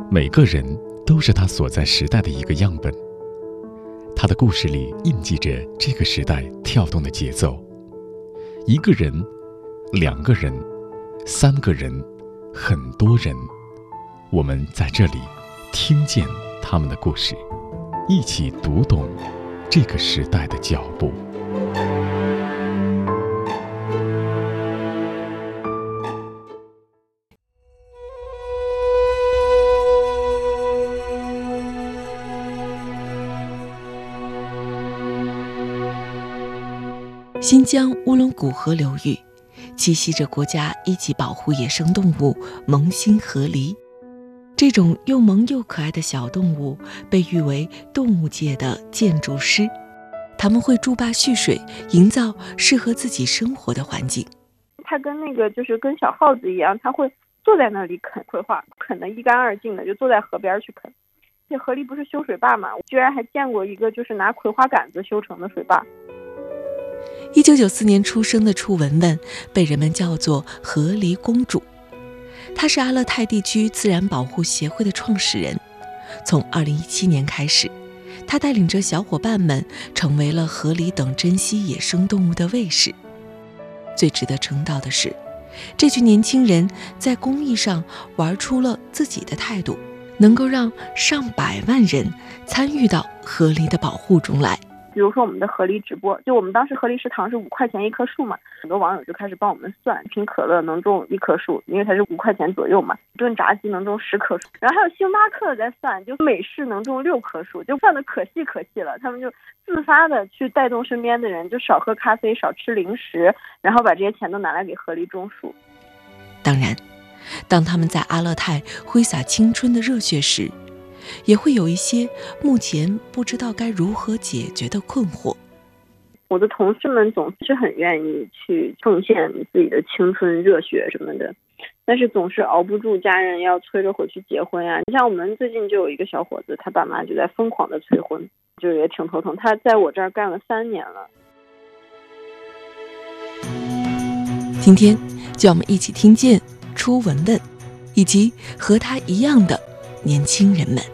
每个人都是他所在时代的一个样本，他的故事里印记着这个时代跳动的节奏。一个人，两个人，三个人，很多人，我们在这里听见他们的故事，一起读懂这个时代的脚步。 新疆乌伦古河流域栖息着国家一级保护野生动物萌新河狸。这种又萌又可爱的小动物被誉为动物界的建筑师，它们会筑坝蓄水，营造适合自己生活的环境。 它跟跟小耗子一样，它会坐在那里啃葵花，啃得一干二净的，就坐在河边去啃。这河狸不是修水坝嘛，我居然还见过一个拿葵花杆子修成的水坝。 1994年出生的楚文文被人们叫做河狸公主，她是阿勒泰地区自然保护协会的创始人。从2017年开始，她带领着小伙伴们成为了河狸等珍稀野生动物的卫士。最值得称道的是，这群年轻人在公益上玩出了自己的态度，能够让上百万人参与到河狸的保护中来。 比如说我们的河狸直播，就我们当时河狸食堂是5块钱一棵树嘛，很多网友就开始帮我们算，一瓶可乐能种1棵树，因为它是5块钱左右嘛，一顿炸鸡能种10棵树，然后还有星巴克在算，就美式能种6棵树，就算的可细可细了。他们就自发的去带动身边的人，就少喝咖啡，少吃零食，然后把这些钱都拿来给河狸种树。 当然，当他们在阿勒泰挥洒青春的热血时，也会有一些目前不知道该如何解决的困惑。 我的同事们总是很愿意去奉献自己的青春热血什么的，但是总是熬不住家人要催着回去结婚呀。你像我们最近就有一个小伙子，他爸妈就在疯狂的催婚，就也挺头疼。他在我这儿干了3年了。 今天就让我们一起听见初文文以及和他一样的年轻人们。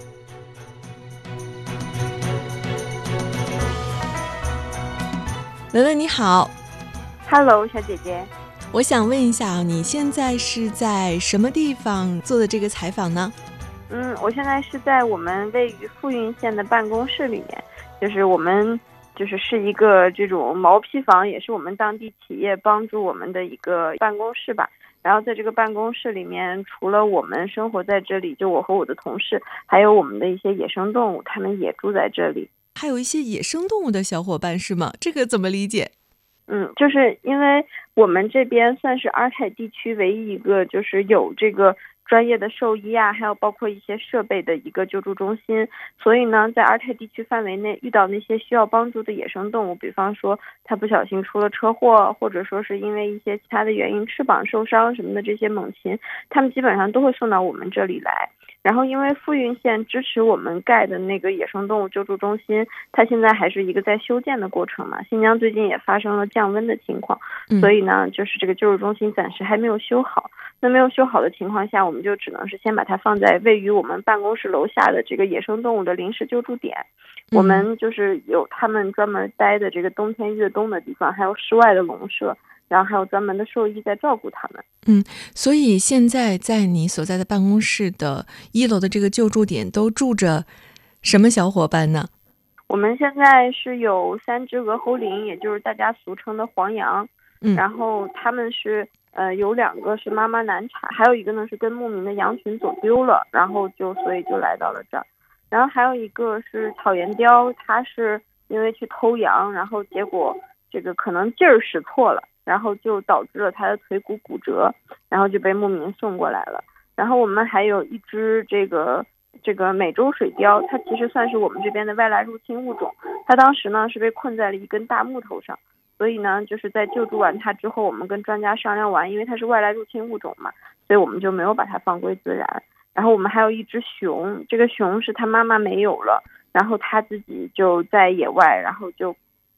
文文你好。 Hello 小姐姐， 我想问一下，你现在是在什么地方做的这个采访呢？ 我现在是在我们位于富蕴县的办公室里面，就是我们是一个这种毛坯房，也是我们当地企业帮助我们的一个办公室吧。然后在这个办公室里面，除了我们生活在这里，就我和我的同事，还有我们的一些野生动物，他们也住在这里。 还有一些野生动物的小伙伴是吗？这个怎么理解？ 就是因为我们这边算是阿尔泰地区唯一一个有这个专业的兽医啊，还有包括一些设备的一个救助中心，所以呢，在阿尔泰地区范围内遇到那些需要帮助的野生动物，比方说它不小心出了车祸，或者说是因为一些其他的原因翅膀受伤什么的，这些猛禽，他们基本上都会送到我们这里来。然后因为富蕴县支持我们盖的那个野生动物救助中心，它现在还是一个在修建的过程嘛，新疆最近也发生了降温的情况，所以呢这个救助中心暂时还没有修好。那没有修好的情况下，我们就只能是先把它放在位于我们办公室楼下的这个野生动物的临时救助点。我们有他们专门待的这个冬天越冬的地方，还有室外的笼舍，然后还有专门的兽医在照顾他们。 所以现在在你所在的办公室的1楼的这个救助点都住着什么小伙伴呢？ 我们现在是有3只鹅喉羚，也就是大家俗称的黄羊，然后他们是有2个是妈妈难产，还有一个呢是跟牧民的羊群走丢了，然后所以就来到了这儿。然后还有一个是草原雕，它是因为去偷羊，然后结果这个可能劲儿使错了，然后就导致了它的腿骨骨折，然后就被牧民送过来了。然后我们还有一只这个美洲水貂，它其实算是我们这边的外来入侵物种，它当时呢是被困在了一根大木头上，所以呢在救助完它之后，我们跟专家商量完，因为它是外来入侵物种嘛，所以我们就没有把它放归自然。然后我们还有一只熊，这个熊是它妈妈没有了，然后它自己就在野外，然后就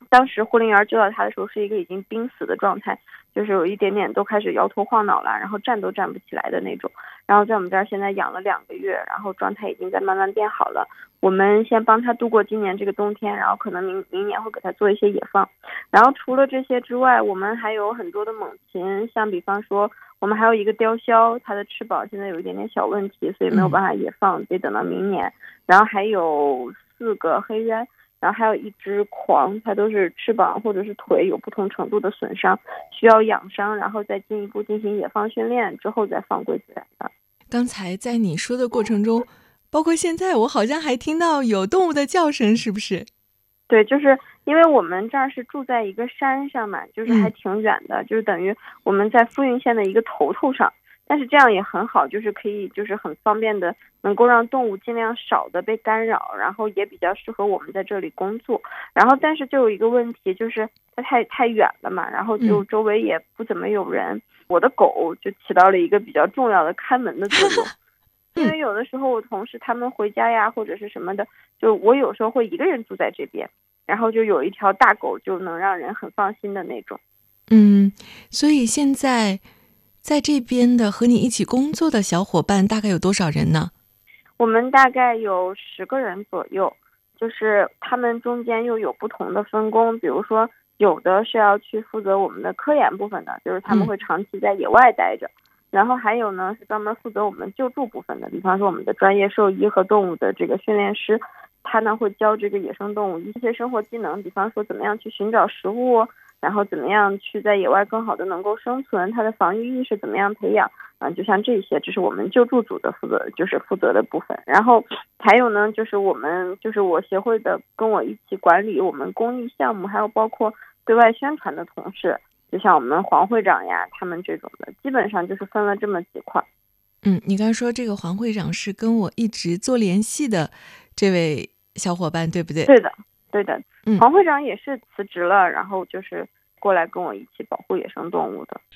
当时护林员救到他的时候是一个已经濒死的状态，就是有一点点都开始摇头晃脑了，然后站都站不起来的那种。然后在我们这儿现在养了2个月，然后状态已经在慢慢变好了。我们先帮他度过今年这个冬天，然后可能明年会给他做一些野放。然后除了这些之外，我们还有很多的猛禽，像比方说我们还有一个雕鸮，它的翅膀现在有一点点小问题，所以没有办法野放，得等到明年。然后还有4个黑鸢，然后还有1只狂，它都是翅膀或者是腿有不同程度的损伤，需要养伤，然后再进一步进行野放训练之后再放归自然的。 刚才在你说的过程中，包括现在，我好像还听到有动物的叫声，是不是？ 对，就是因为我们这儿是住在一个山上嘛，就是还挺远的，就是等于我们在富蕴县的一个头上。但是这样也很好，就是可以就是很方便的能够让动物尽量少的被干扰，然后也比较适合我们在这里工作。然后但是就有一个问题，就是它太远了嘛，然后就周围也不怎么有人，我的狗就起到了一个比较重要的看门的作用。因为有的时候我同事他们回家呀或者是什么的，就我有时候会一个人住在这边，然后就有一条大狗就能让人很放心的那种。 所以现在在这边的和你一起工作的小伙伴大概有多少人呢？ 我们大概有10个人左右，就是他们中间又有不同的分工，比如说有的是要去负责我们的科研部分的，就是他们会长期在野外待着。然后还有呢是专门负责我们救助部分的，比方说我们的专业兽医和动物的这个训练师，他呢会教这个野生动物一些生活技能，比方说怎么样去寻找食物，然后怎么样去在野外更好的能够生存，它的防御意识怎么样培养就像这些，这是我们救助组的负责的部分。然后还有呢就是我协会的跟我一起管理我们公益项目，还有包括对外宣传的同事，就像我们黄会长呀他们这种的，基本上就是分了这么几块。 你刚才说这个黄会长是跟我一直做联系的这位小伙伴，对不对？ 对的，黄会长也是辞职了，然后就是过来跟我一起保护野生动物的。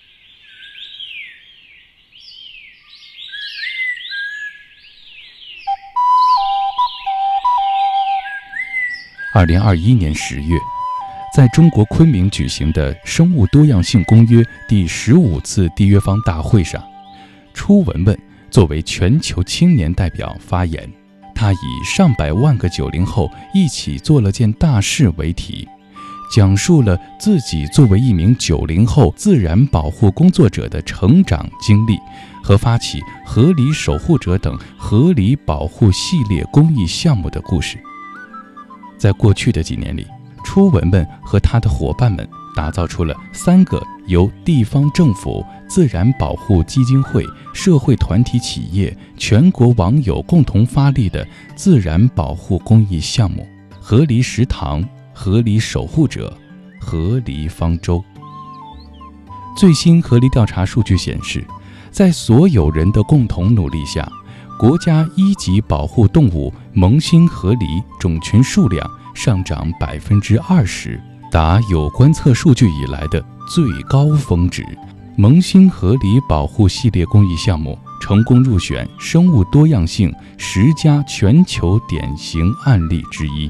2021年10月，在中国昆明举行的生物多样性公约第15次缔约方大会上，初文文作为全球青年代表发言。他以上百万个90后一起做了件大事为题，讲述了自己作为一名90后自然保护工作者的成长经历和发起河狸守护者等河狸保护系列公益项目的故事。在过去的几年里，初文文和他的伙伴们打造出了3个由地方政府、自然保护基金会、社会团体企业、全国网友共同发力的自然保护公益项目：河狸食堂、河狸守护者、河狸方舟。最新河狸调查数据显示，在所有人的共同努力下，国家1级保护动物萌新河狸种群数量上涨20%，达有观测数据以来的最高峰值。萌新河狸保护系列公益项目成功入选生物多样性10佳全球典型案例之一。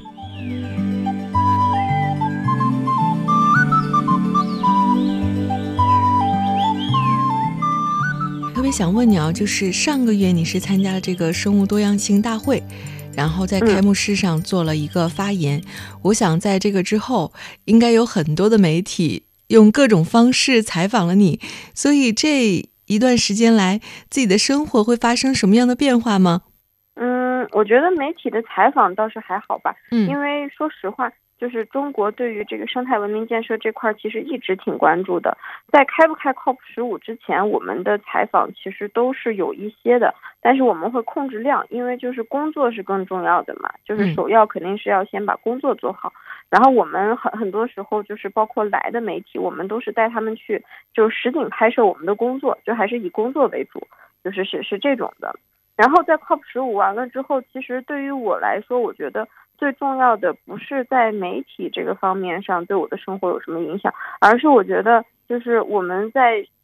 特别想问你就是上个月你是参加了这个生物多样性大会，然后在开幕式上做了一个发言。我想在这个之后应该有很多的媒体用各种方式采访了你，所以这一段时间来自己的生活会发生什么样的变化吗？ 我觉得媒体的采访倒是还好吧，因为说实话就是中国对于这个生态文明建设这块其实一直挺关注的。在开不开 COP15 之前，我们的采访其实都是有一些的，但是我们会控制量，因为就是工作是更重要的嘛，就是首要肯定是要先把工作做好。然后我们很多时候就是包括来的媒体，我们都是带他们去就实景拍摄我们的工作，就还是以工作为主，是这种的。然后在 COP15 完了之后，其实对于我来说，我觉得最重要的不是在媒体这个方面上对我的生活有什么影响，而是我觉得就是我们在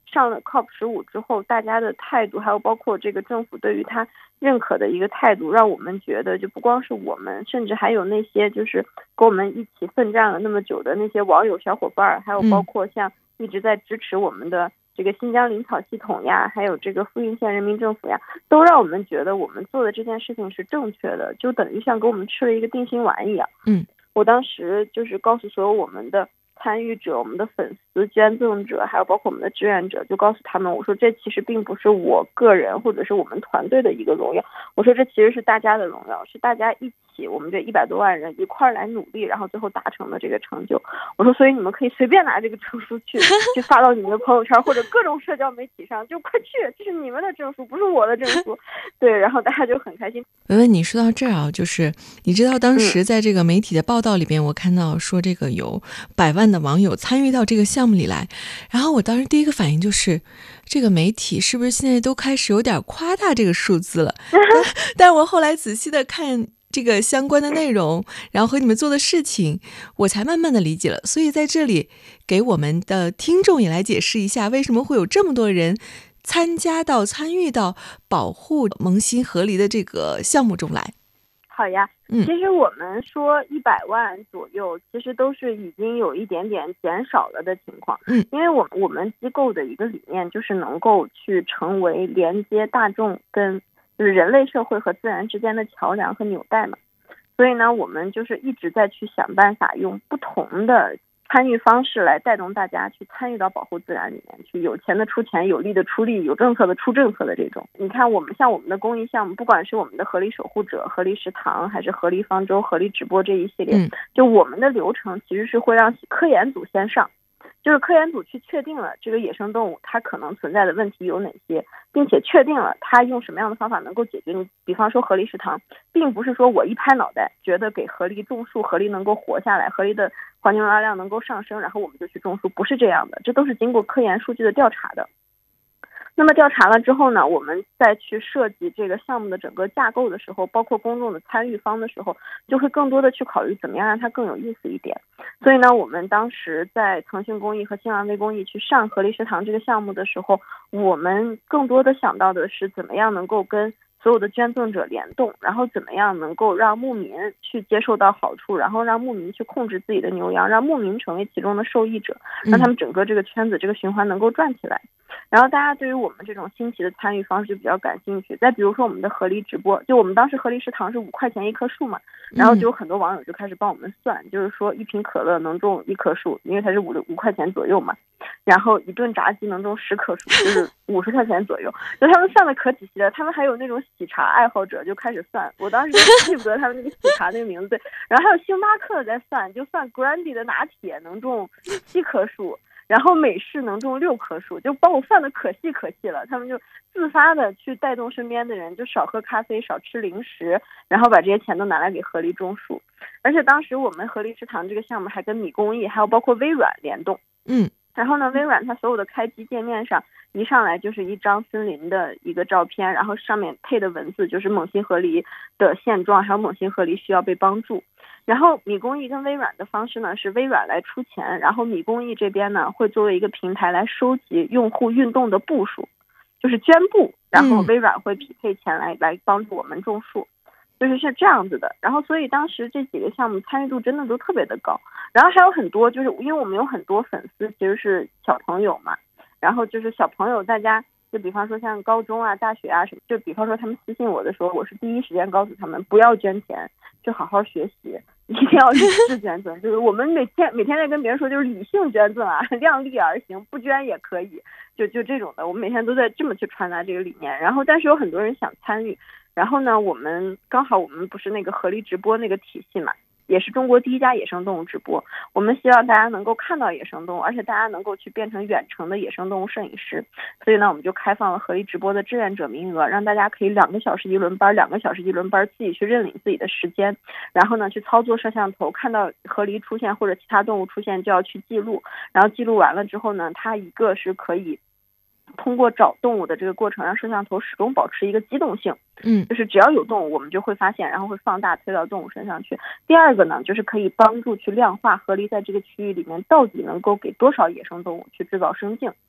上了 COP15之后，大家的态度，还有包括这个政府对于他认可的一个态度，让我们觉得就不光是我们，甚至还有那些就是跟我们一起奋战了那么久的那些网友小伙伴，还有包括像一直在支持我们的这个新疆领草系统呀，还有这个富蕴县人民政府呀，都让我们觉得我们做的这件事情是正确的，就等于像给我们吃了一个定心丸一样。我当时就是告诉所有我们的参与者、我们的粉丝、捐赠者，还有包括我们的志愿者，就告诉他们，我说这其实并不是我个人或者是我们团队的一个荣耀，我说这其实是大家的荣耀，是大家一起，我们这100多万人一块儿来努力，然后最后达成的这个成就。我说，所以你们可以随便拿这个证书去发到你们的朋友圈或者各种社交媒体上，就快去，这是你们的证书，不是我的证书。对，然后大家就很开心。 文文，你说到这儿啊，就是你知道当时在这个媒体的报道里边，我看到说这个有100万的网友参与到这个项目里来，然后我当时第一个反应就是，这个媒体是不是现在都开始有点夸大这个数字了？但我后来仔细的看这个相关的内容，然后和你们做的事情，我才慢慢的理解了。所以在这里给我们的听众也来解释一下，为什么会有这么多人参与到保护萌新河狸的这个项目中来。 好呀，其实我们说100万左右，其实都是已经有一点点减少了的情况。因为我们机构的一个理念就是能够去成为连接大众跟就是人类社会和自然之间的桥梁和纽带嘛。所以呢，我们就是一直在去想办法，用不同的参与方式来带动大家去参与到保护自然里面去，有钱的出钱，有力的出力，有政策的出政策的这种。你看我们像我们的公益项目，不管是我们的河狸守护者、河狸食堂，还是河狸方舟、河狸直播这一系列，就我们的流程其实是会让科研组先上，就是科研组去确定了这个野生动物它可能存在的问题有哪些，并且确定了它用什么样的方法能够解决。你比方说河狸食堂，并不是说我一拍脑袋觉得给河狸种树，河狸能够活下来，河狸的环境容纳量能够上升，然后我们就去种树，不是这样的，这都是经过科研数据的调查的。那么调查了之后呢，我们再去设计这个项目的整个架构的时候，包括公众的参与方的时候，就会更多的去考虑怎么样让它更有意思一点。所以呢，我们当时在腾讯公益和新浪微公益去上河狸食堂这个项目的时候，我们更多的想到的是怎么样能够跟所有的捐赠者联动，然后怎么样能够让牧民去接受到好处，然后让牧民去控制自己的牛羊，让牧民成为其中的受益者，让他们整个这个圈子这个循环能够转起来。然后大家对于我们这种新奇的参与方式就比较感兴趣。再比如说我们的河狸直播，就我们当时河狸食堂是5块钱一棵树嘛，然后就有很多网友就开始帮我们算，就是说1瓶可乐能种1棵树，因为它是5块钱左右嘛，然后1顿炸鸡能种10棵树，就是50块钱左右。就他们算的可仔细了，他们还有那种喜茶爱好者就开始算，我当时就记不得他们那个喜茶那个名字，对，然后还有星巴克在算，就算 Grandi 的拿铁能种7棵树。然后美式能种6棵树，就帮我算的可细了。他们就自发的去带动身边的人，就少喝咖啡，少吃零食，然后把这些钱都拿来给河狸种树。而且当时我们河狸食堂这个项目还跟米公益还有包括微软联动。然后呢，微软它所有的开机界面上一上来就是一张森林的一个照片，然后上面配的文字就是猛禽河狸的现状，还有猛禽河狸需要被帮助。然后米公益跟微软的方式呢，是微软来出钱，然后米公益这边呢会作为一个平台来收集用户运动的步数，就是捐步，然后微软会匹配钱来帮助我们种树，是这样子的。然后所以当时这几个项目参与度真的都特别的高。然后还有很多就是因为我们有很多粉丝其实是小朋友嘛，然后就是小朋友大家就比方说像高中啊大学啊什么，就比方说他们私信我的时候，我是第一时间告诉他们不要捐钱，就好好学习，一定要理智捐赠。就是我们每天在跟别人说，就是理性捐赠啊，量力而行，不捐也可以，就这种的，我们每天都在这么去传达这个理念。然后但是有很多人想参与，然后呢我们不是那个河狸直播那个体系嘛，也是中国第一家野生动物直播，我们希望大家能够看到野生动物，而且大家能够去变成远程的野生动物摄影师。所以呢，我们就开放了河狸直播的志愿者名额，让大家可以2个小时一轮班，2个小时一轮班，自己去认领自己的时间，然后呢去操作摄像头，看到河狸出现或者其他动物出现就要去记录，然后记录完了之后呢，它一个是可以通过找动物的这个过程，让摄像头始终保持一个机动性，就是只要有动物我们就会发现，然后会放大推到动物身上去。第二个呢，就是可以帮助去量化河狸在这个区域里面到底能够给多少野生动物去制造生境。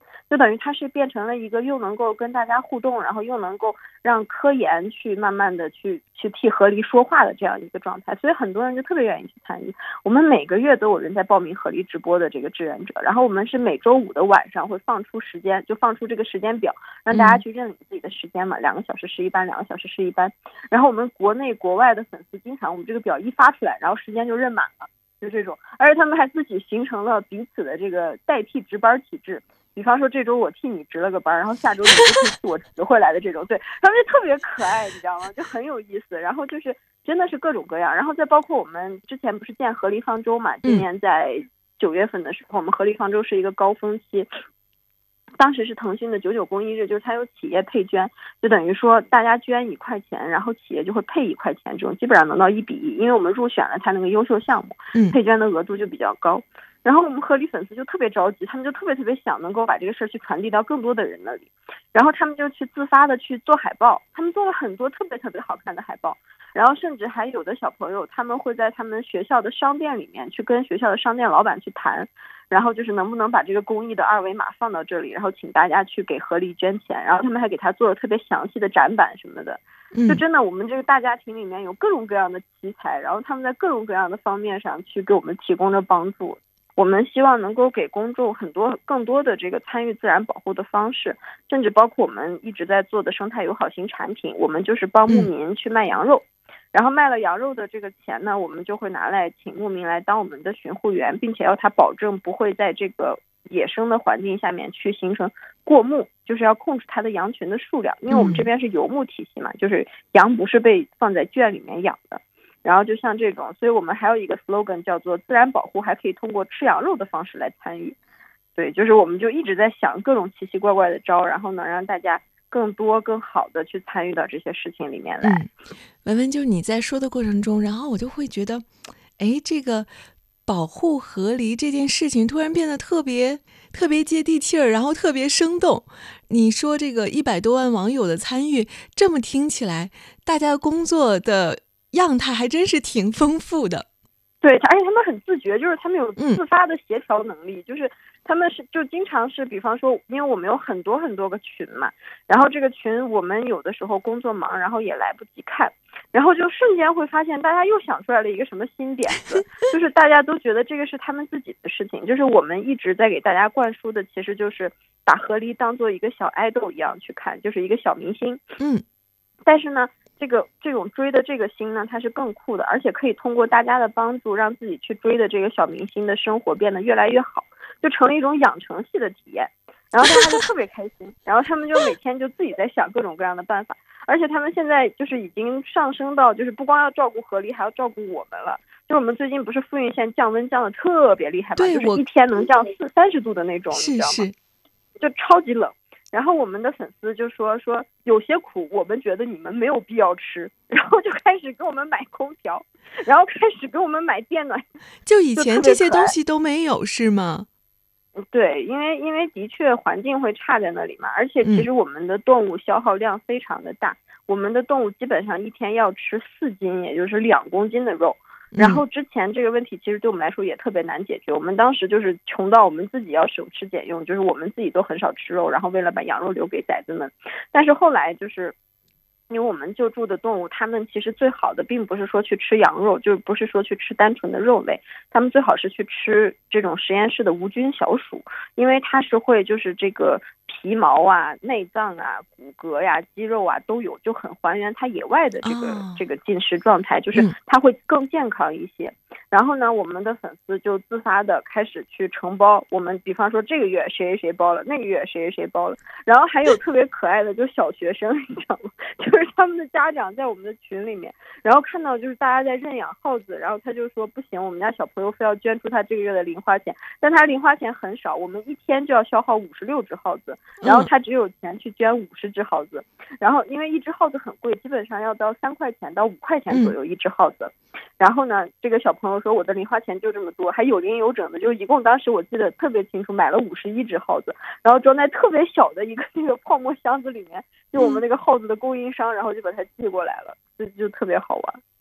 就等于它是变成了一个又能够跟大家互动，然后又能够让科研去慢慢的去替河狸说话的这样一个状态，所以很多人就特别愿意去参与。我们每个月都有人在报名河狸直播的这个志愿者，然后我们是每周5的晚上会放出时间，就放出这个时间表，让大家去认领自己的时间嘛，2个小时是一班，2个小时是一班。然后我们国内国外的粉丝经常我们这个表一发出来，然后时间就认满了，就这种。而且他们还自己形成了彼此的这个代替值班体制，比方说这周我替你值了个班，然后下周你就替我值回来的这种，对，他们就特别可爱，你知道吗？就很有意思。然后就是真的是各种各样，然后再包括我们之前不是建河狸方舟嘛，今年在9月份的时候，我们河狸方舟是一个高峰期。当时是腾讯的99公益日，就是它有企业配捐，就等于说大家捐1块钱，然后企业就会配1块钱，这种基本上能到1比1，因为我们入选了它那个优秀项目，配捐的额度就比较高。然后我们河狸粉丝就特别着急，他们就特别想能够把这个事儿去传递到更多的人那里，然后他们就去自发的去做海报，他们做了很多特别好看的海报，然后甚至还有的小朋友他们会在他们学校的商店里面去跟学校的商店老板去谈，然后就是能不能把这个公益的2维码放到这里，然后请大家去给河狸捐钱，然后他们还给他做了特别详细的展板什么的，就真的我们这个大家庭里面有各种各样的奇才，然后他们在各种各样的方面上去给我们提供着帮助。我们希望能够给公众更多的这个参与自然保护的方式，甚至包括我们一直在做的生态友好型产品，我们就是帮牧民去卖羊肉，然后卖了羊肉的这个钱呢，我们就会拿来请牧民来当我们的巡护员，并且要他保证不会在这个野生的环境下面去形成过牧，就是要控制它的羊群的数量，因为我们这边是游牧体系嘛，就是羊不是被放在圈里面养的。然后就像这种，所以我们还有一个 slogan 叫做自然保护还可以通过吃羊肉的方式来参与。对，就是我们就一直在想各种奇奇怪怪的招，然后能让大家更多更好的去参与到这些事情里面来。 文文，就是你在说的过程中，然后我就会觉得，这个保护河狸这件事情突然变得特别接地气儿，然后特别生动。你说这个100多万网友的参与，这么听起来，大家工作的样态还真是挺丰富的。 对，而且他们很自觉，就是他们有自发的协调能力，就是他们就经常是，比方说，因为我们有很多个群嘛，然后这个群我们有的时候工作忙，然后也来不及看，然后就瞬间会发现大家又想出来了一个什么新点子，就是大家都觉得这个是他们自己的事情，就是我们一直在给大家灌输的，其实就是把河狸当做一个小爱豆一样去看，就是一个小明星。但是呢，这种追的这个星呢，它是更酷的，而且可以通过大家的帮助，让自己去追的这个小明星的生活变得越来越好，就成了一种养成系的体验。然后大家就特别开心，然后他们就每天就自己在想各种各样的办法，而且他们现在就是已经上升到就是不光要照顾河狸，还要照顾我们了。就我们最近不是富蕴县降温降的特别厉害嘛，就是一天能降30度的那种，你知道吗？就超级冷。然后我们的粉丝就说有些苦我们觉得你们没有必要吃，然后就开始给我们买空调，然后开始给我们买电暖， 就以前这些东西都没有是吗？ 对，因为的确环境会差在那里嘛，而且其实我们的动物消耗量非常的大，我们的动物基本上一天要吃4斤，也就是2公斤的肉。然后之前这个问题其实对我们来说也特别难解决，我们当时就是穷到我们自己要省吃俭用，就是我们自己都很少吃肉，然后为了把羊肉留给崽子们。但是后来就是因为我们救助的动物，它们其实最好的并不是说去吃羊肉，就是不是说去吃单纯的肉类，它们最好是去吃这种实验室的无菌小鼠，因为它是会就是这个皮毛啊、内脏啊、骨骼呀、肌肉啊都有，就很还原它野外的这个进食状态，就是它会更健康一些。然后呢，我们的粉丝就自发的开始去承包，我们比方说这个月谁包了，那个月谁包了，然后还有特别可爱的就小学生，你知道吗？就是他们的家长在我们的群里面，然后看到就是大家在认养耗子，然后他就说不行，我们家小朋友非要捐出他这个月的零花钱，但他零花钱很少，我们一天就要消耗56只耗子，然后他只有钱去捐50只耗子，然后因为一只耗子很贵，基本上要到3块钱到5块钱左右一只耗子。然后呢，这个小朋友说我的零花钱就这么多，还有零有整的，就一共当时我记得特别清楚，买了51只耗子，然后装在特别小的一个那个泡沫箱子里面，就我们那个耗子的供应商，然后就把它寄过来了，就特别好玩。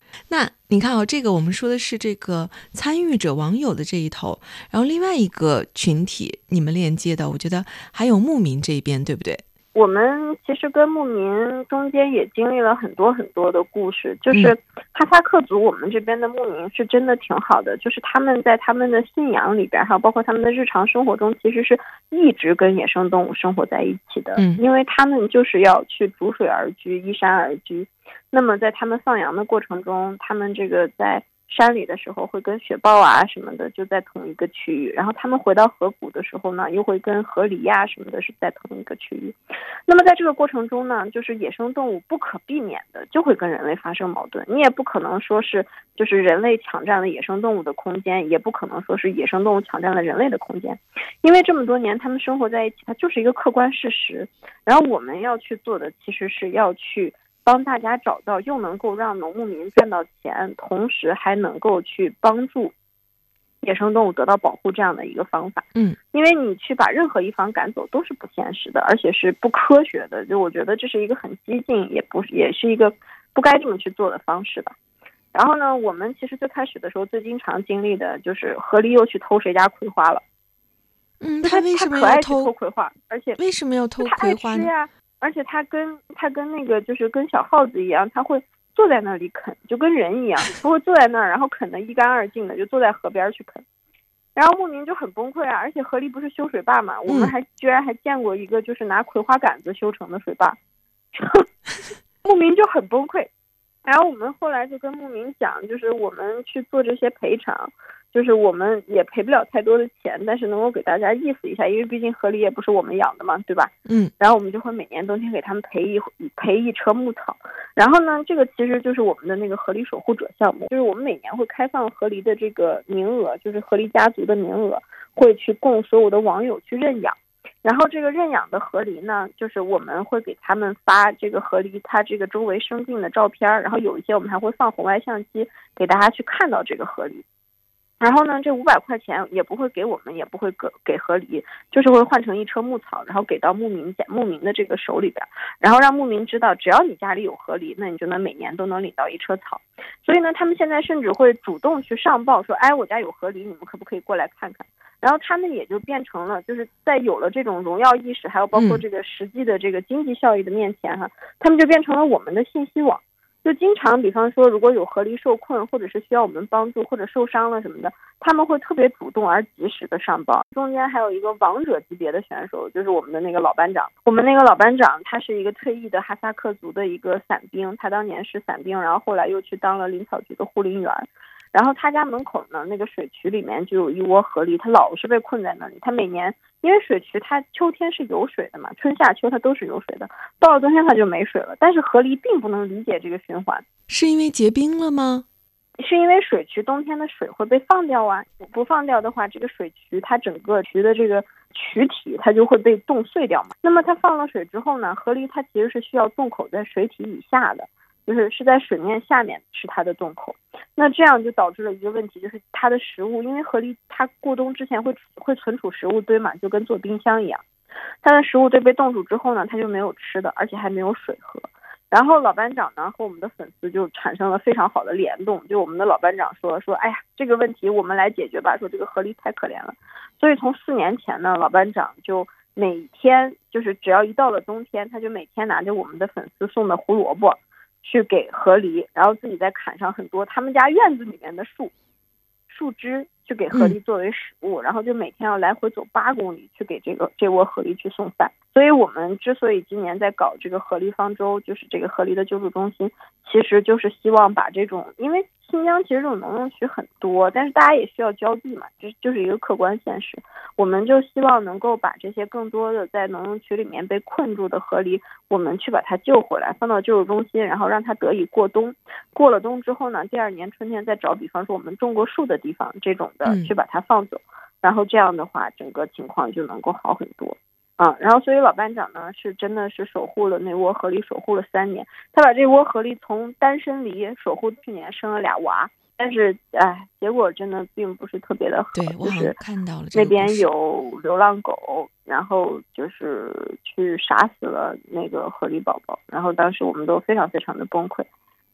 那你看这个我们说的是这个参与者网友的这一头，然后另外一个群体你们链接的，我觉得还有牧民这一边，对不对？ 我们其实跟牧民中间也经历了很多很多的故事，就是哈萨克族我们这边的牧民是真的挺好的，就是他们在他们的信仰里边，还有包括他们的日常生活中，其实是一直跟野生动物生活在一起的，因为他们就是要去逐水而居，依山而居。那么在他们放羊的过程中，他们这个在山里的时候会跟雪豹啊什么的就在同一个区域，然后他们回到河谷的时候呢，又会跟河狸呀什么的是在同一个区域。那么在这个过程中呢，就是野生动物不可避免的就会跟人类发生矛盾，你也不可能说是就是人类抢占了野生动物的空间，也不可能说是野生动物抢占了人类的空间，因为这么多年他们生活在一起，它就是一个客观事实。然后我们要去做的其实是要去帮大家找到又能够让农牧民赚到钱，同时还能够去帮助野生动物得到保护这样的一个方法。因为你去把任何一方赶走都是不现实的，而且是不科学的，就我觉得这是一个很激进，也是一个不该这么去做的方式吧。然后呢，我们其实最开始的时候最经常经历的就是河狸又去偷谁家葵花了。 他为什么要偷葵花？而且为什么要偷葵花呢？ 而且他跟那个就是跟小耗子一样，他会坐在那里啃，就跟人一样，他会坐在那儿，然后啃得一干二净的，就坐在河边去啃。然后牧民就很崩溃啊，而且河狸不是修水坝嘛，我们居然还见过一个就是拿葵花杆子修成的水坝，牧民就很崩溃。然后我们后来就跟牧民讲，就是我们去做这些赔偿，就是我们也赔不了太多的钱，但是能够给大家意思一下，因为毕竟河狸也不是我们养的嘛，对吧？然后我们就会每年冬天给他们赔一车牧草。然后呢，这个其实就是我们的那个河狸守护者项目，就是我们每年会开放河狸的这个名额，就是河狸家族的名额，会去供所有的网友去认养。然后这个认养的河狸呢，就是我们会给他们发这个河狸它这个周围生境的照片，然后有一些我们还会放红外相机给大家去看到这个河狸。然后呢，这500块钱也不会给我们，也不会给河狸，就是会换成一车牧草，然后给到牧民的这个手里边，然后让牧民知道，只要你家里有河狸，那你就能每年都能领到一车草。所以呢，他们现在甚至会主动去上报说，哎，我家有河狸，你们可不可以过来看看？然后他们也就变成了，就是在有了这种荣耀意识，还有包括这个实际的这个经济效益的面前哈，他们就变成了我们的信息网。就经常比方说如果有河狸受困，或者是需要我们帮助，或者受伤了什么的，他们会特别主动而及时的上报。中间还有一个王者级别的选手，就是我们的那个老班长。我们那个老班长他是一个退役的哈萨克族的一个伞兵，他当年是伞兵，然后后来又去当了林草局的护林员。然后他家门口呢，那个水渠里面就有一窝河狸，他老是被困在那里。他每年因为水渠它秋天是有水的嘛，春夏秋它都是有水的，到了冬天它就没水了。但是河狸并不能理解这个循环。 是因为结冰了吗？ 是因为水渠冬天的水会被放掉啊，不放掉的话，这个水渠它整个渠的这个渠体它就会被冻碎掉嘛。那么它放了水之后呢，河狸它其实是需要洞口在水体以下的，是在水面下面是它的洞口。那这样就导致了一个问题，就是它的食物，因为河狸它过冬之前会存储食物堆嘛，就跟做冰箱一样。它的食物堆被冻住之后呢，它就没有吃的，而且还没有水喝。然后老班长呢和我们的粉丝就产生了非常好的联动，就我们的老班长说，哎呀，这个问题我们来解决吧，说这个河狸太可怜了。所以从4年前呢，老班长就每天就是只要一到了冬天，他就每天拿着我们的粉丝送的胡萝卜去给河狸，然后自己再砍上很多他们家院子里面的树枝去给河狸作为食物，然后就每天要来回走8公里去给这窝河狸去送饭。所以我们之所以今年在搞这个河狸方舟，就是这个河狸的救助中心，其实就是希望把这种，因为新疆其实这种农用渠很多，但是大家也需要浇地嘛，这就是一个客观现实。我们就希望能够把这些更多的在农用渠里面被困住的河狸，我们去把它救回来，放到救助中心，然后让它得以过冬。过了冬之后呢，第2年春天再找比方说我们种过树的地方这种的去把它放走，然后这样的话整个情况就能够好很多。然后所以老班长呢是真的是守护了那窝河狸，守护了3年。他把这窝河狸从单身狸守护，去年生了2娃，但是结果真的并不是特别的好。 对，我好像看到了那边有流浪狗，然后就是去杀死了那个河狸宝宝，然后当时我们都非常非常的崩溃。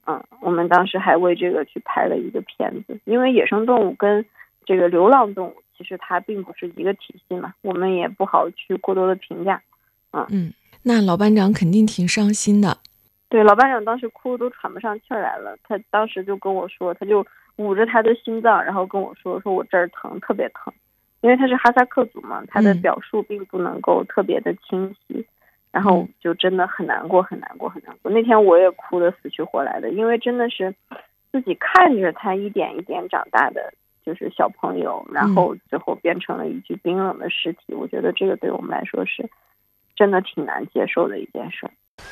我们当时还为这个去拍了一个片子，因为野生动物跟这个流浪动物其实它并不是一个体系嘛，我们也不好去过多的评价。 那老班长肯定挺伤心的。 对，老班长当时哭都喘不上气来了，他当时就跟我说，他就捂着他的心脏，然后跟我说我这儿疼，特别疼，因为他是哈萨克族嘛，他的表述并不能够特别的清晰，然后就真的很难过很难过很难过。那天我也哭得死去活来的，因为真的是自己看着他一点一点长大的就是小朋友，然后最后变成了一具冰冷的尸体，我觉得这个对我们来说是真的挺难接受的一件事。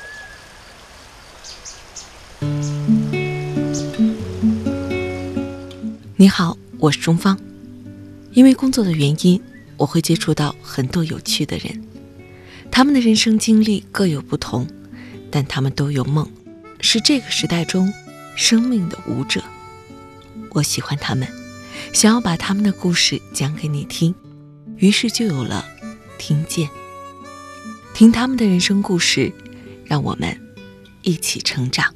你好，我是钟芳。因为工作的原因，我会接触到很多有趣的人，他们的人生经历各有不同，但他们都有梦，是这个时代中生命的舞者。我喜欢他们，想要把他们的故事讲给你听，于是就有了听见。听他们的人生故事，让我们一起成长。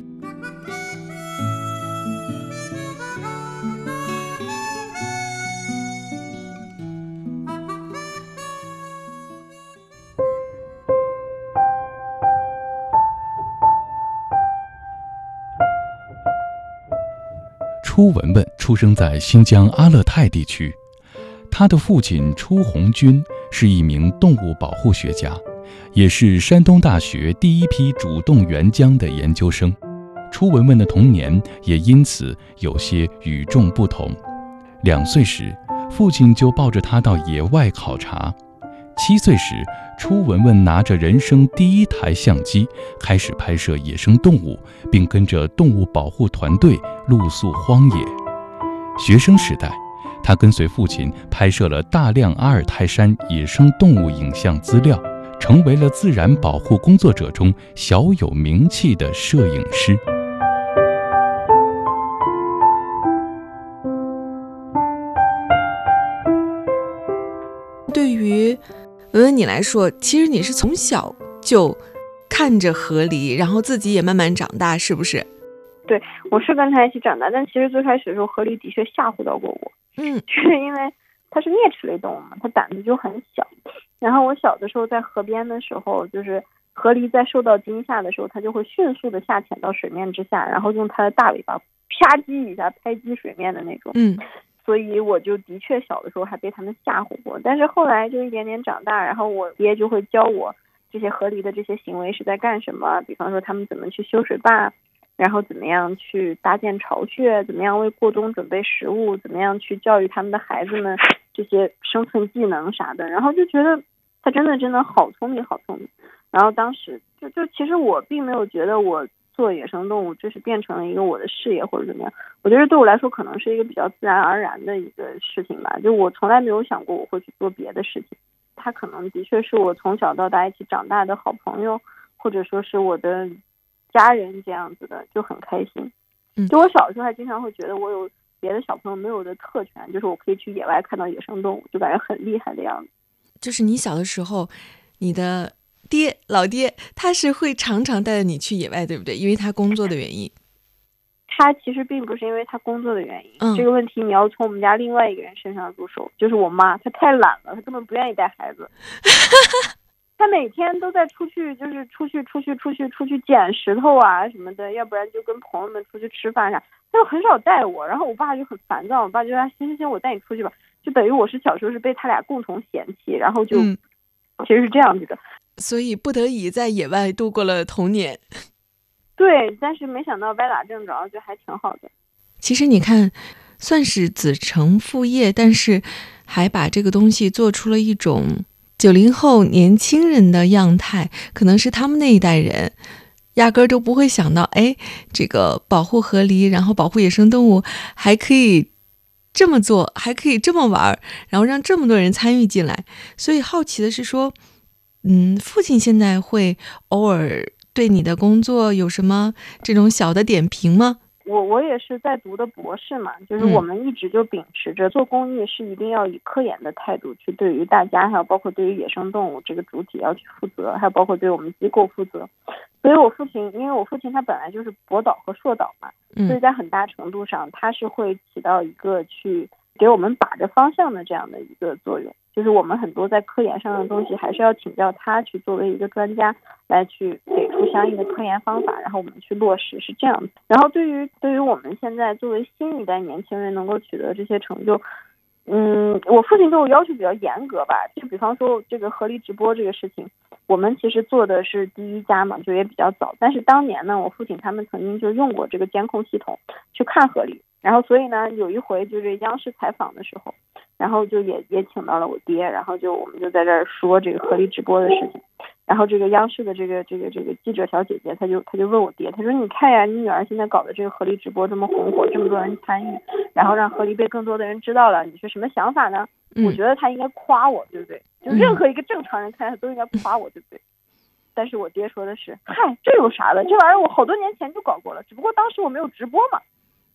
初文文出生在新疆阿勒泰地区，他的父亲初红军是一名动物保护学家，也是山东大学第一批主动援疆的研究生。初文文的童年也因此有些与众不同。2岁时，父亲就抱着他到野外考察。7岁时，初文文拿着人生第1台相机，开始拍摄野生动物，并跟着动物保护团队露宿荒野。学生时代，他跟随父亲拍摄了大量阿尔泰山野生动物影像资料，成为了自然保护工作者中小有名气的摄影师。 对于文文你来说，其实你是从小就看着河狸，然后自己也慢慢长大，是不是？ 对，我是跟他一起长大，但其实最开始的时候河狸的确吓唬到过我。就是因为它是啮齿类动物嘛，它胆子就很小。然后我小的时候在河边的时候，就是河狸在受到惊吓的时候，它就会迅速的下潜到水面之下，然后用它的大尾巴啪叽一下拍击水面的那种。所以我就的确小的时候还被他们吓唬过，但是后来就一点点长大，然后我爹就会教我这些河狸的这些行为是在干什么，比方说他们怎么去修水坝，然后怎么样去搭建巢穴，怎么样为过冬准备食物，怎么样去教育他们的孩子们这些生存技能啥的，然后就觉得他真的好聪明好聪明。然后当时就其实我并没有觉得我做野生动物就是变成了一个我的事业或者怎么样，我觉得对我来说可能是一个比较自然而然的一个事情吧，就我从来没有想过我会去做别的事情。他可能的确是我从小到大一起长大的好朋友，或者说是我的家人这样子的，就很开心。就我小时候还经常会觉得我有别的小朋友没有的特权，就是我可以去野外看到野生动物，就感觉很厉害的样子。 就是你小的时候，你的老爹他是会常常带着你去野外，对不对？因为他工作的原因。 他其实并不是因为他工作的原因，这个问题你要从我们家另外一个人身上入手，就是我妈。她太懒了，她根本不愿意带孩子。她每天都在出去，就是出去捡石头啊什么的，要不然就跟朋友们出去吃饭啥，她就很少带我。然后我爸就很烦躁，我爸就说行，我带你出去吧。就等于我是小时候是被他俩共同嫌弃，然后就其实是这样子的。 所以不得已在野外度过了童年。 对，但是没想到歪打正着，就还挺好的。 其实你看，算是子承父业，但是还把这个东西做出了一种90后年轻人的样态，可能是他们那一代人压根儿都不会想到，这个保护河狸，然后保护野生动物还可以这么做，还可以这么玩，然后让这么多人参与进来。所以好奇的是说，父亲现在会偶尔对你的工作有什么这种小的点评吗？ 我也是在读的博士嘛，就是我们一直就秉持着做公益是一定要以科研的态度去对于大家，还有包括对于野生动物这个主体要去负责，还有包括对我们机构负责。所以因为我父亲他本来就是博导和硕导嘛，所以在很大程度上他是会起到一个去给我们把着方向的这样的一个作用。就是我们很多在科研上的东西还是要请教他去作为一个专家来去给出相应的科研方法，然后我们去落实，是这样子。然后对于我们现在作为新一代年轻人能够取得这些成就，我父亲对我要求比较严格吧，就比方说这个河狸直播这个事情，我们其实做的是第一家嘛，就也比较早。但是当年呢，我父亲他们曾经就用过这个监控系统去看河狸，然后所以呢，有一回就是央视采访的时候，然后就也请到了我爹，然后我们就在这儿说这个河狸直播的事情。然后这个央视的这个记者小姐姐，她就问我爹，她说你看呀，你女儿现在搞的这个河狸直播这么红火，这么多人参与，然后让河狸被更多的人知道了，你是什么想法呢？我觉得她应该夸我，对不对？就任何一个正常人看她都应该夸我，对不对？但是我爹说的是，嗨，这有啥的？这玩意儿我好多年前就搞过了，只不过当时我没有直播嘛。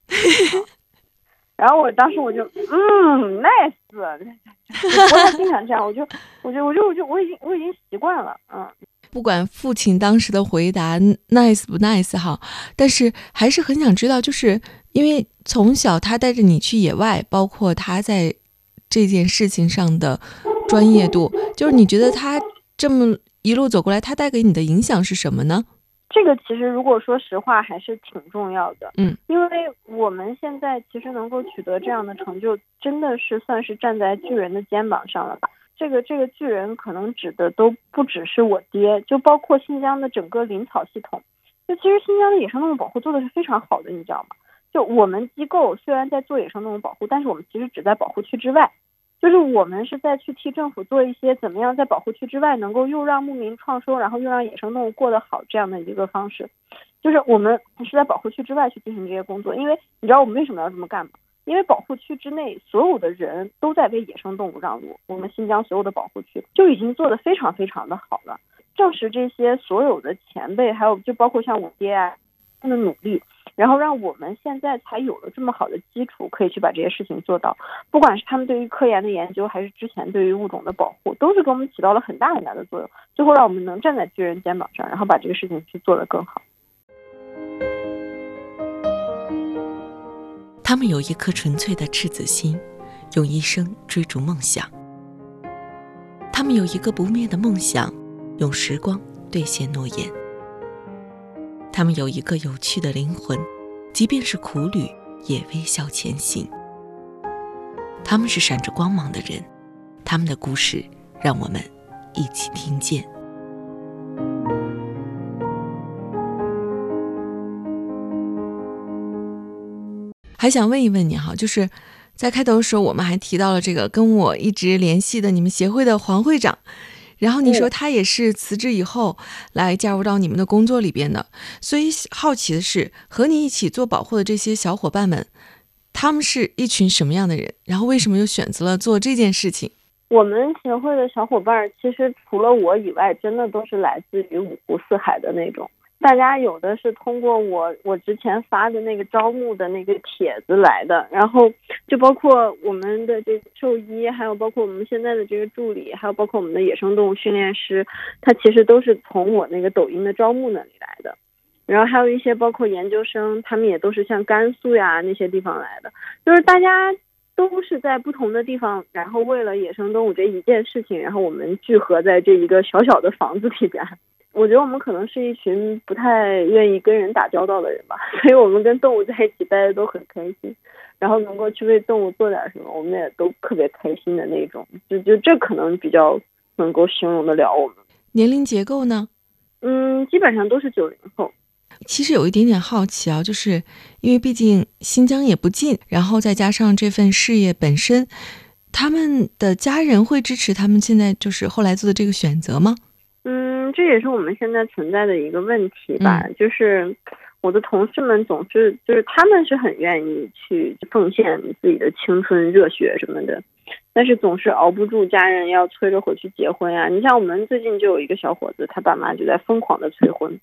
然后我当时我就nice， 我经常这样，我已经习惯了， 不管父亲当时的回答 nice 不 nice 哈，但是还是很想知道，就是因为从小他带着你去野外，包括他在这件事情上的专业度，就是你觉得他这么一路走过来，他带给你的影响是什么呢？ 这个其实如果说实话还是挺重要的，因为我们现在其实能够取得这样的成就，真的是算是站在巨人的肩膀上了吧。这个巨人可能指的都不只是我爹，就包括新疆的整个林草系统。就其实新疆的野生动物保护做的是非常好的，你知道吗？就我们机构虽然在做野生动物保护，但是我们其实只在保护区之外。就是我们是在去替政府做一些怎么样在保护区之外能够又让牧民创收，然后又让野生动物过得好这样的一个方式。就是我们是在保护区之外去进行这些工作，因为你知道我们为什么要这么干吗？因为保护区之内所有的人都在为野生动物让路，我们新疆所有的保护区就已经做得非常非常的好了。正是这些所有的前辈，还有就包括像我爹啊他们的努力，然后让我们现在才有了这么好的基础，可以去把这些事情做到。不管是他们对于科研的研究，还是之前对于物种的保护，都是给我们起到了很大很大的作用，最后让我们能站在巨人肩膀上，然后把这个事情去做得更好。 他们有一颗纯粹的赤子心，用一生追逐梦想。他们有一个不灭的梦想，用时光兑现诺言。他们有一个有趣的灵魂，即便是苦旅也微笑前行。他们是闪着光芒的人，他们的故事让我们一起听见。还想问一问你哈，就是在开头的时候我们还提到了这个跟我一直联系的你们协会的黄会长，然后你说他也是辞职以后来加入到你们的工作里边的，所以好奇的是和你一起做保护的这些小伙伴们，他们是一群什么样的人，然后为什么又选择了做这件事情？ 我们协会的小伙伴其实除了我以外，真的都是来自于五湖四海的那种。大家有的是通过我之前发的那个招募的那个帖子来的，然后就包括我们的这个兽医，还有包括我们现在的这个助理，还有包括我们的野生动物训练师，他其实都是从我那个抖音的招募那里来的。然后还有一些包括研究生，他们也都是像甘肃呀那些地方来的，就是大家都是在不同的地方，然后为了野生动物这一件事情，然后我们聚合在这一个小小的房子里边。我觉得我们可能是一群不太愿意跟人打交道的人吧，所以我们跟动物在一起待的都很开心，然后能够去为动物做点什么，我们也都特别开心的那种，就这可能比较能够形容得了我们。 年龄结构呢？ 基本上都是90后。 其实有一点点好奇啊，就是因为毕竟新疆也不近，然后再加上这份事业本身，他们的家人会支持他们现在就是后来做的这个选择吗？ 这也是我们现在存在的一个问题吧，就是我的同事们总是就是他们是很愿意去奉献自己的青春热血什么的，但是总是熬不住家人要催着回去结婚啊。你像我们最近就有一个小伙子，他爸妈就在疯狂的催婚，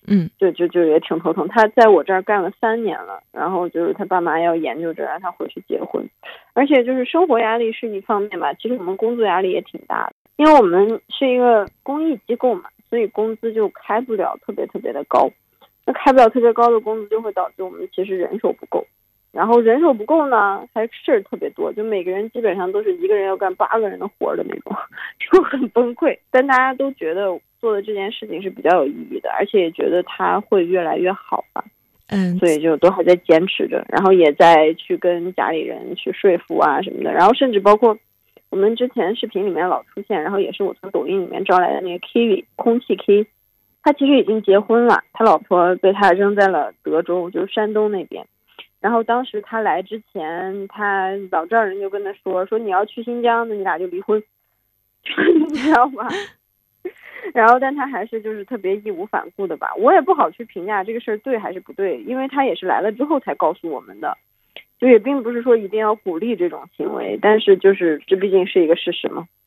就也挺头疼。他在我这儿干了3年了，然后就是他爸妈要研究着让他回去结婚，而且就是生活压力是一方面吧，其实我们工作压力也挺大的，因为我们是一个公益机构嘛，所以工资就开不了特别特别的高。那开不了特别高的工资，就会导致我们其实人手不够。然后人手不够呢，还事儿特别多，就每个人基本上都是一个人要干8个人的活的那种，就很崩溃。但大家都觉得做的这件事情是比较有意义的，而且也觉得它会越来越好吧。所以就都还在坚持着，然后也在去跟家里人去说服啊什么的。然后甚至包括我们之前视频里面老出现，然后也是我从抖音里面招来的那个 Kiwi 空气 K， 他其实已经结婚了，他老婆被他扔在了德州，就是山东那边。然后当时他来之前，他老丈人就跟他说你要去新疆，那你俩就离婚，你知道吗？然后但他还是就是特别义无反顾的吧，我也不好去评价这个事儿对还是不对，因为他也是来了之后才告诉我们的，就也并不是说一定要鼓励这种行为，但是就是这毕竟是一个事实嘛。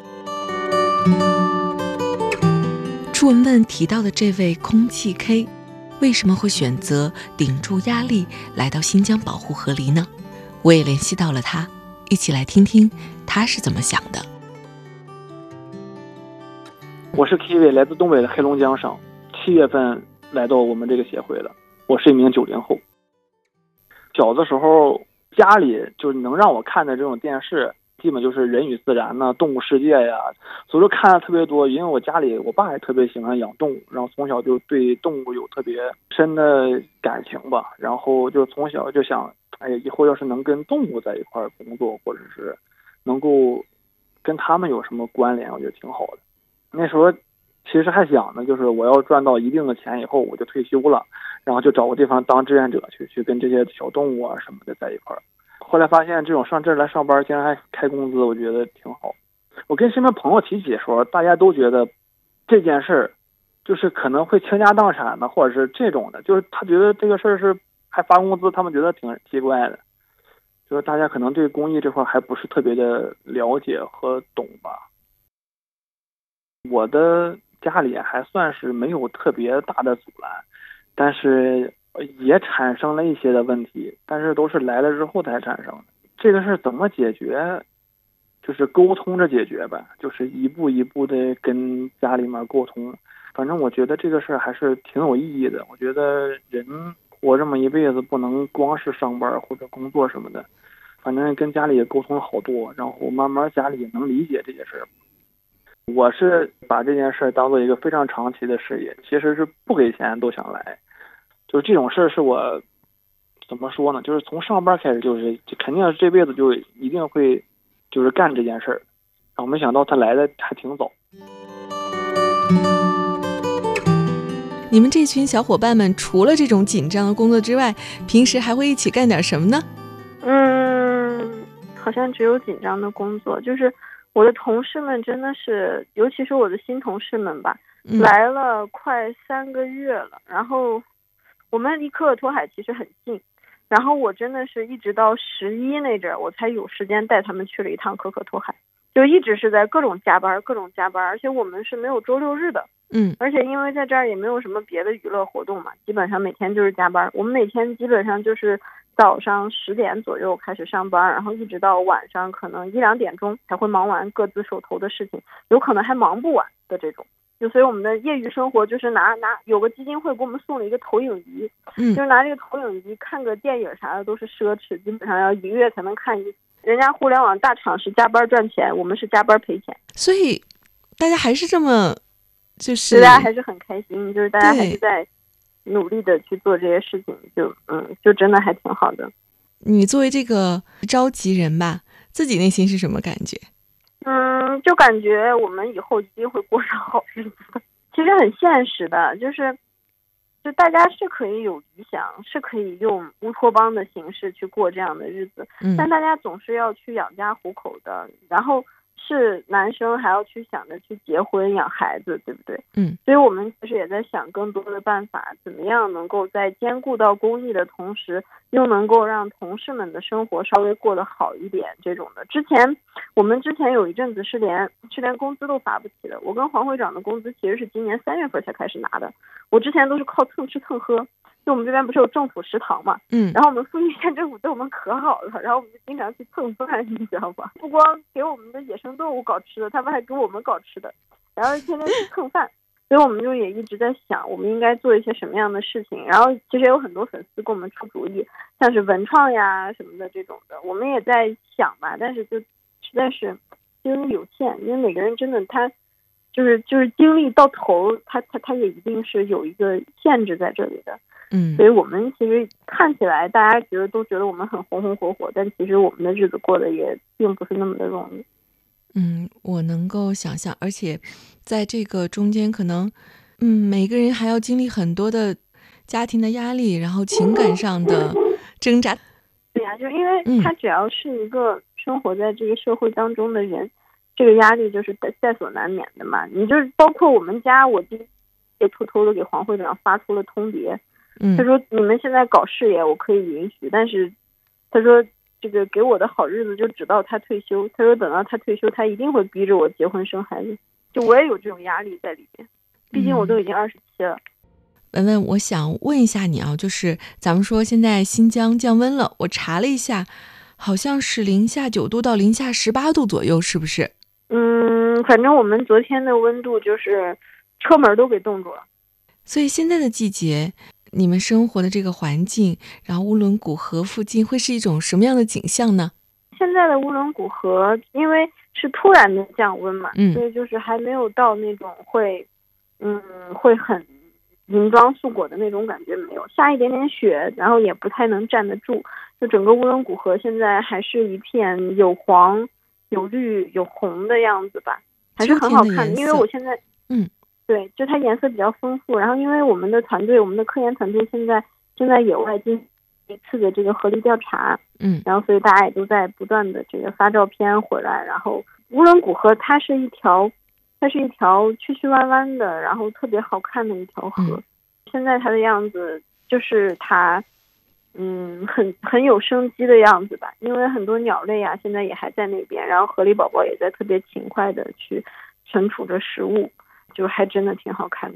初文文提到的这位空气 K， 为什么会选择顶住压力来到新疆保护河狸呢？我也联系到了他，一起来听听他是怎么想的。 我是 Kiwi， 来自东北的黑龙江省，7月份来到我们这个协会的。我是一名90后。小的时候家里就能让我看的这种电视，基本就是人与自然呐、动物世界呀，所以说看的特别多。因为我家里我爸也特别喜欢养动物，然后从小就对动物有特别深的感情吧。然后就从小就想，以后要是能跟动物在一块工作，或者是能够跟他们有什么关联，我觉得挺好的。那时候其实还想呢，就是我要赚到一定的钱以后，我就退休了，然后就找个地方当志愿者去跟这些小动物啊什么的在一块儿。后来发现这种上这儿来上班竟然还开工资，我觉得挺好。我跟身边朋友提起的时候，大家都觉得这件事儿就是可能会倾家荡产的，或者是这种的，就是他觉得这个事儿是还发工资，他们觉得挺奇怪的。就是大家可能对公益这块还不是特别的了解和懂吧。我的家里还算是没有特别大的阻拦，但是也产生了一些的问题，但是都是来了之后才产生的。这个事怎么解决？就是沟通着解决呗，就是一步一步的跟家里面沟通。反正我觉得这个事还是挺有意义的。我觉得人活这么一辈子，不能光是上班或者工作什么的，反正跟家里也沟通好多，然后慢慢家里也能理解这些事儿。我是把这件事当做一个非常长期的事业，其实是不给钱都想来。就是这种事儿是我怎么说呢？就是从上班开始，就肯定是这辈子就一定会就是干这件事儿。然后没想到他来的还挺早。 你们这群小伙伴们除了这种紧张的工作之外，平时还会一起干点什么呢？ 好像只有紧张的工作，就是我的同事们真的是，尤其是我的新同事们吧，来了快3个月了。然后我们离可可托海其实很近，然后我真的是一直到11那阵儿，我才有时间带他们去了一趟可可托海，就一直是在各种加班，而且我们是没有周6日的。而且因为在这儿也没有什么别的娱乐活动嘛，基本上每天就是加班。我们每天基本上就是早上10点左右开始上班，然后一直到晚上可能1-2点钟才会忙完各自手头的事情，有可能还忙不完的这种。就所以我们的业余生活就是拿有个基金会给我们送了一个投影仪，就是拿这个投影仪看个电影啥的都是奢侈，基本上要1个月才能看一次。人家互联网大厂是加班赚钱，我们是加班赔钱。 所以大家还是这么就是大家还是很开心，就是大家还是在努力的去做这些事情，就真的还挺好的。 你作为这个召集人吧，自己内心是什么感觉？ 就感觉我们以后一定会过上好日子的。其实很现实的，就大家是可以有理想，是可以用乌托邦的形式去过这样的日子，但大家总是要去养家糊口的，然后是男生还要去想着去结婚养孩子，对不对？ 所以我们其实也在想更多的办法，怎么样能够在兼顾到公益的同时，又能够让同事们的生活稍微过得好一点这种的。我们之前有一阵子是连工资都发不起的。我跟黄会长的工资其实是今年3月份才开始拿的，我之前都是靠蹭吃蹭喝。就我们这边不是有政府食堂嘛，然后我们富裕县政府对我们可好了，然后我们就经常去蹭饭，你知道吧？不光给我们的野生动物搞吃的，他们还给我们搞吃的，然后天天去蹭饭。所以我们就也一直在想，我们应该做一些什么样的事情。然后其实有很多粉丝给我们出主意，像是文创呀什么的这种的，我们也在想吧，但是就实在是精力有限，因为每个人真的他就是精力到头，他也一定是有一个限制在这里的。所以我们其实看起来大家都觉得我们很红红火火，但其实我们的日子过得也并不是那么的容易。 我能够想象，而且在这个中间可能每个人还要经历很多的家庭的压力，然后情感上的挣扎。 对呀，就因为他只要是一个生活在这个社会当中的人，这个压力就是在所难免的嘛。你就是包括我们家，我也偷偷的给黄会长发出了通牒。他说你们现在搞事业我可以允许，但是他说这个给我的好日子就只到他退休。他说等到他退休，他一定会逼着我结婚生孩子。就我也有这种压力在里面，毕竟我都已经27了。 文文，我想问一下你啊，就是咱们说现在新疆降温了，我查了一下，好像是零下9度到零下18度左右，是不是？ 反正我们昨天的温度就是车门都给冻住了。 所以现在的季节，你们生活的这个环境，然后乌伦古河附近会是一种什么样的景象呢？ 现在的乌伦古河因为是突然的降温嘛，所以就是还没有到那种会很银装素裹的那种感觉，没有下一点点雪，然后也不太能站得住。就整个乌伦古河现在还是一片有黄有绿有红的样子吧，还是很好看的。因为我现在对，就它颜色比较丰富。然后因为我们的科研团队现在正在野外进行一次的这个河狸调查，然后所以大家也都在不断的这个发照片回来。然后乌伦古河它是一条曲曲弯弯的，然后特别好看的一条河。现在它的样子就是它很有生机的样子吧，因为很多鸟类啊现在也还在那边，然后河狸宝宝也在特别勤快的去存储着食物，就还真的挺好看的。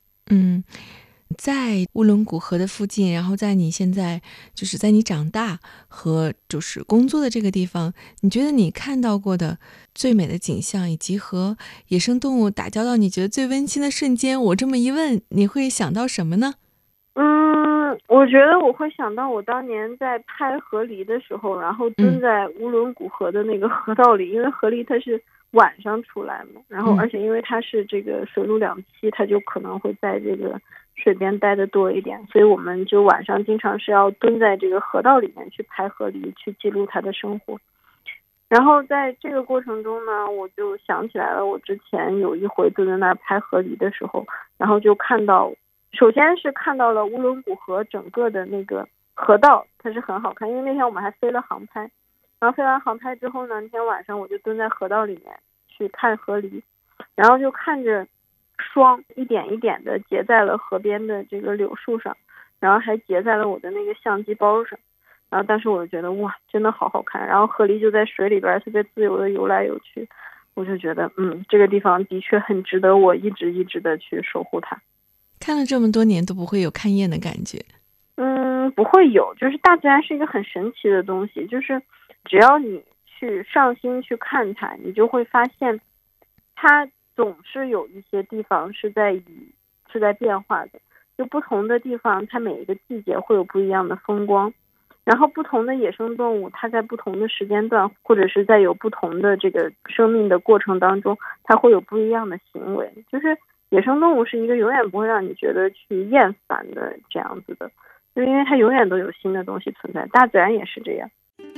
在乌伦古河的附近，然后在你现在就是在你长大和就是工作的这个地方，你觉得你看到过的最美的景象，以及和野生动物打交道你觉得最温馨的瞬间，我这么一问，你会想到什么呢？ 我觉得我会想到我当年在拍河狸的时候，然后蹲在乌伦古河的那个河道里，因为河狸它是晚上出来嘛，然后而且因为它是这个水陆两栖，它就可能会在这个水边待得多一点，所以我们就晚上经常是要蹲在这个河道里面去拍河狸，去记录它的生活。然后在这个过程中呢，我就想起来了，我之前有一回蹲在那儿拍河狸的时候，然后就首先是看到了乌伦古河整个的那个河道，它是很好看，因为那天我们还飞了航拍。然后飞完航拍之后呢，那天晚上我就蹲在河道里面去看河狸，然后就看着霜一点一点的结在了河边的这个柳树上，然后还结在了我的那个相机包上。然后当时我就觉得哇，真的好好看。然后河狸就在水里边特别自由的游来游去，我就觉得这个地方的确很值得我一直的去守护它。 看了这么多年都不会有看厌的感觉？ 不会有，就是大自然是一个很神奇的东西，就是只要你去上心去看它，你就会发现它总是有一些地方是在变化的。就不同的地方，它每一个季节会有不一样的风光，然后不同的野生动物，它在不同的时间段，或者是在有不同的这个生命的过程当中，它会有不一样的行为。就是野生动物是一个永远不会让你觉得去厌烦的这样子的，就是因为它永远都有新的东西存在，大自然也是这样。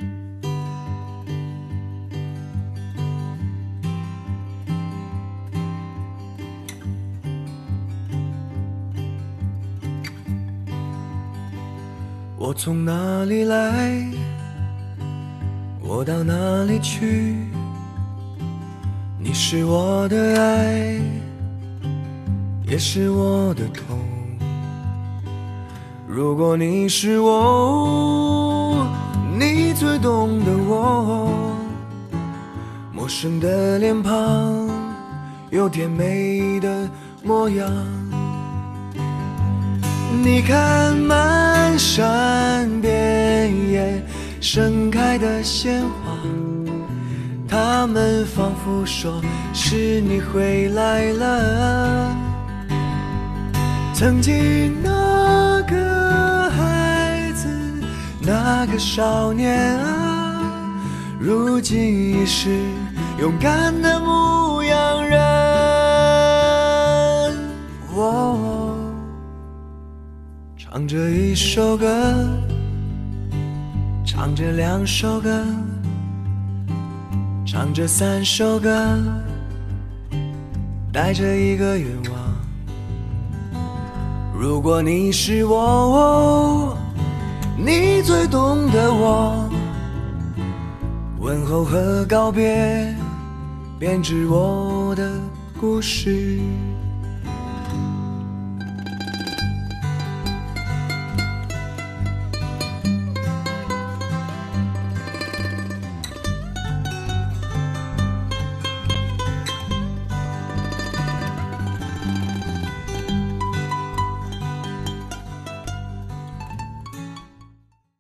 我从哪里来，我到哪里去， 你是我的爱，也是我的痛。如果你是我，你最懂得我。陌生的脸庞，有甜美的模样。你看满山遍野盛开的鲜花，它们仿佛说是你回来了。曾经那个孩子，那个少年啊，如今已是勇敢的牧羊人。唱着一首歌，唱着2首歌，唱着3首歌，带着一个愿望。如果你是我，你最懂得我。问候和告别，编织我的故事。